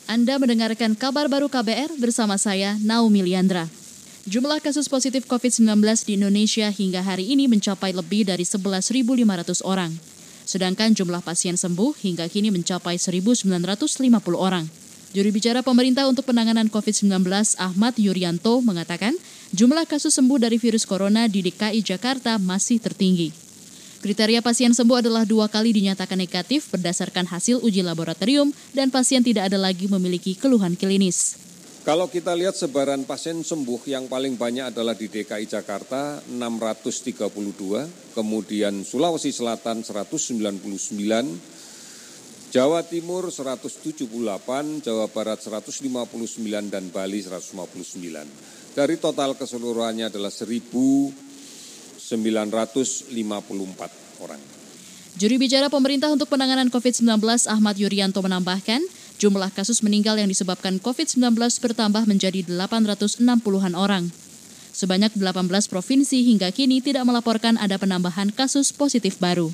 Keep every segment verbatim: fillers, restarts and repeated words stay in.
Anda mendengarkan kabar baru K B R bersama saya, Naomi Liandra. Jumlah kasus positif covid sembilan belas di Indonesia hingga hari ini mencapai lebih dari sebelas ribu lima ratus orang. Sedangkan jumlah pasien sembuh hingga kini mencapai seribu sembilan ratus lima puluh orang. Juru bicara pemerintah untuk penanganan covid sembilan belas, Ahmad Yuryanto, mengatakan jumlah kasus sembuh dari virus corona di D K I Jakarta masih tertinggi. Kriteria pasien sembuh adalah dua kali dinyatakan negatif berdasarkan hasil uji laboratorium dan pasien tidak ada lagi memiliki keluhan klinis. Kalau kita lihat sebaran pasien sembuh yang paling banyak adalah di D K I Jakarta enam ratus tiga puluh dua, kemudian Sulawesi Selatan seratus sembilan puluh sembilan, Jawa Timur seratus tujuh puluh delapan, Jawa Barat seratus lima puluh sembilan, dan Bali seratus lima puluh sembilan. Dari total keseluruhannya adalah seribu sembilan ratus lima puluh empat orang. Juru bicara pemerintah untuk penanganan covid sembilan belas Ahmad Yuryanto menambahkan, jumlah kasus meninggal yang disebabkan covid sembilan belas bertambah menjadi delapan ratus enam puluhan orang. Sebanyak delapan belas provinsi hingga kini tidak melaporkan ada penambahan kasus positif baru.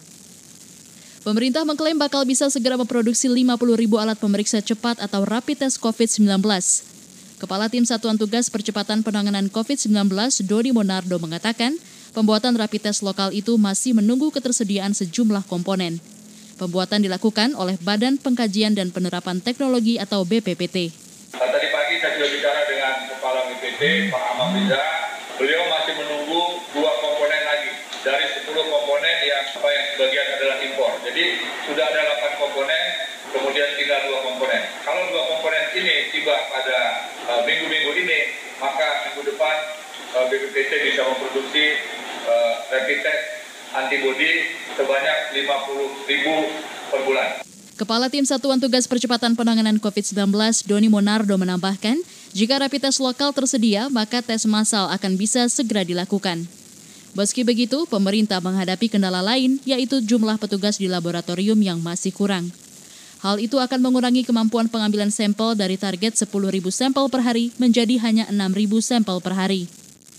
Pemerintah mengklaim bakal bisa segera memproduksi lima puluh ribu alat pemeriksa cepat atau rapid test covid sembilan belas. Kepala Tim Satuan Tugas Percepatan Penanganan covid sembilan belas Doni Monardo mengatakan, pembuatan rapid test lokal itu masih menunggu ketersediaan sejumlah komponen. Pembuatan dilakukan oleh Badan Pengkajian dan Penerapan Teknologi atau B P P T. Tadi pagi saya sudah bicara dengan Kepala B P P, Pak Ahmad Riza. Beliau masih menunggu dua komponen lagi dari sepuluh komponen yang apa yang sebagian adalah impor. Jadi sudah ada delapan komponen, kemudian tinggal dua komponen. Kalau dua komponen ini tiba pada uh, minggu-minggu ini, maka minggu depan uh, B P P T bisa memproduksi uh, rapid test antibodi sebanyak lima puluh ribu per bulan. Kepala Tim Satuan Tugas Percepatan Penanganan covid sembilan belas Doni Monardo menambahkan, jika rapid test lokal tersedia, maka tes massal akan bisa segera dilakukan. Meski begitu, pemerintah menghadapi kendala lain, yaitu jumlah petugas di laboratorium yang masih kurang. Hal itu akan mengurangi kemampuan pengambilan sampel dari target sepuluh ribu sampel per hari menjadi hanya enam ribu sampel per hari.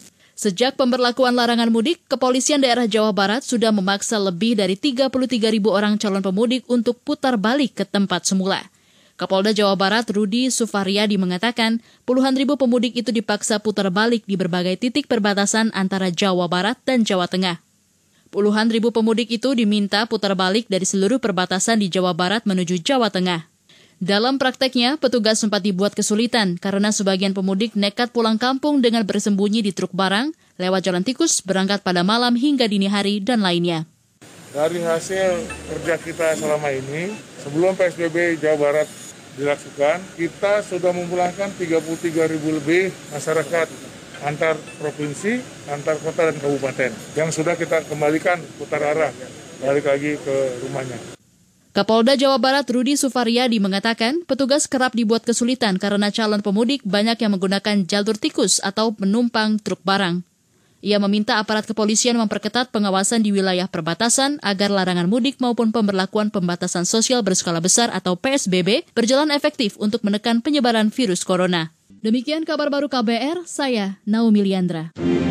Sejak pemberlakuan larangan mudik, Kepolisian Daerah Jawa Barat sudah memaksa lebih dari tiga puluh tiga ribu orang calon pemudik untuk putar balik ke tempat semula. Kapolda Jawa Barat Rudi Sufahriyadi mengatakan, puluhan ribu pemudik itu dipaksa putar balik di berbagai titik perbatasan antara Jawa Barat dan Jawa Tengah. Puluhan ribu pemudik itu diminta putar balik dari seluruh perbatasan di Jawa Barat menuju Jawa Tengah. Dalam prakteknya, petugas sempat dibuat kesulitan karena sebagian pemudik nekat pulang kampung dengan bersembunyi di truk barang, lewat jalan tikus, berangkat pada malam hingga dini hari, dan lainnya. Dari hasil kerja kita selama ini, sebelum P S B B Jawa Barat dilakukan, kita sudah memulangkan tiga puluh tiga ribu lebih masyarakat antar provinsi, antar kota dan kabupaten yang sudah kita kembalikan putar arah, balik lagi ke rumahnya. Kapolda Jawa Barat Rudi Sufahriyadi mengatakan, petugas kerap dibuat kesulitan karena calon pemudik banyak yang menggunakan jalur tikus atau penumpang truk barang. Ia meminta aparat kepolisian memperketat pengawasan di wilayah perbatasan agar larangan mudik maupun pemberlakuan pembatasan sosial berskala besar atau P S B B berjalan efektif untuk menekan penyebaran virus corona. Demikian kabar baru K B R, saya Naomi Liandra.